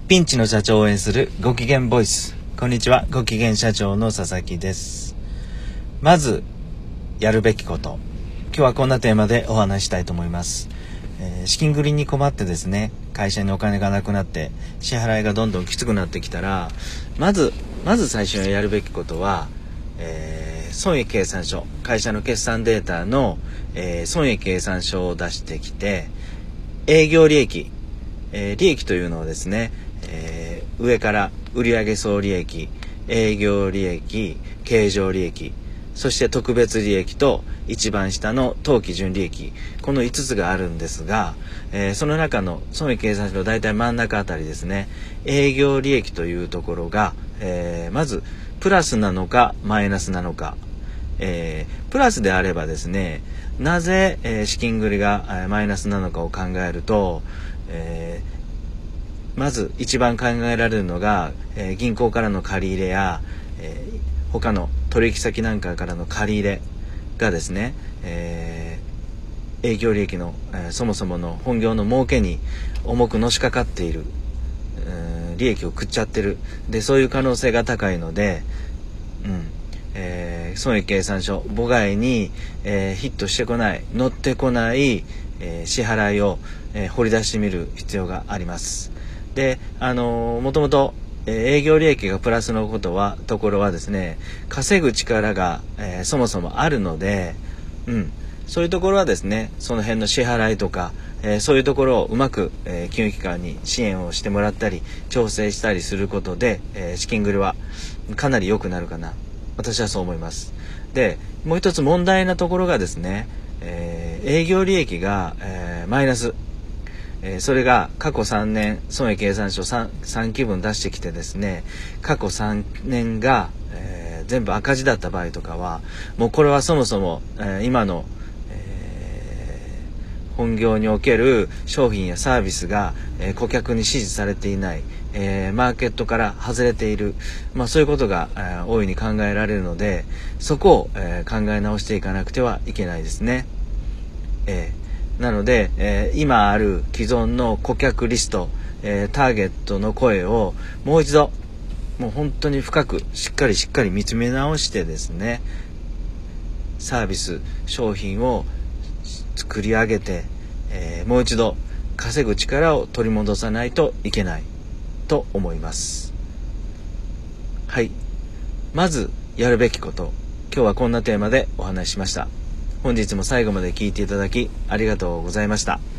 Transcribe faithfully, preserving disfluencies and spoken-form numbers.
ピンチの社長を応援するご機嫌ボイス。こんにちは、ご機嫌社長の佐々木です。まずやるべきこと、今日はこんなテーマでお話したいと思います。えー、資金繰りに困ってですね、会社にお金がなくなって支払いがどんどんきつくなってきたら、まずまず最初にやるべきことは、えー、損益計算書、会社の決算データの、えー、損益計算書を出してきて、営業利益、えー、利益というのはですね、えー、上から売上総利益、営業利益、経常利益、そして特別利益と一番下の当期純利益、このいつつがあるんですが、えー、その中の損益計算書の大体真ん中あたりですね、営業利益というところが、えー、まずプラスなのかマイナスなのか、えー、プラスであればですね、なぜ、えー、資金繰りが、えー、マイナスなのかを考えると、えーまず一番考えられるのが、えー、銀行からの借り入れや、えー、他の取引先なんかからの借り入れがですね、えー、営業利益の、えー、そもそもの本業の儲けに重くのしかかっている、えー、利益を食っちゃってる。で、そういう可能性が高いので、うんえー、損益計算書母外に、えー、ヒットしてこない、乗ってこない、えー、支払いを、えー、掘り出してみる必要があります。で、あのー、もともと、えー、営業利益がプラスのことはところはですね、稼ぐ力が、えー、そもそもあるので、うん、そういうところはですね、その辺の支払いとか、えー、そういうところをうまく、えー、金融機関に支援をしてもらったり調整したりすることで、えー、資金繰りはかなり良くなるかな、私はそう思います。で、もう一つ問題なところがですね、えー、営業利益が、えー、マイナス、えー、それが過去さんねん損益計算書 3, さんきぶん出してきてですね、過去さんねんが、えー、全部赤字だった場合とかは、もうこれはそもそも、えー、今の、えー、本業における商品やサービスが、えー、顧客に支持されていない、えー、マーケットから外れている、まあ、そういうことが、えー、大いに考えられるので、そこを、えー、考え直していかなくてはいけないですね。えーなので、えー、今ある既存の顧客リスト、えー、ターゲットの声をもう一度、もう本当に深くしっかりしっかり見つめ直してですね、サービス商品を作り上げて、えー、もう一度稼ぐ力を取り戻さないといけないと思います。はい、まずやるべきこと、今日はこんなテーマでお話ししました。本日も最後まで聞いていただきありがとうございました。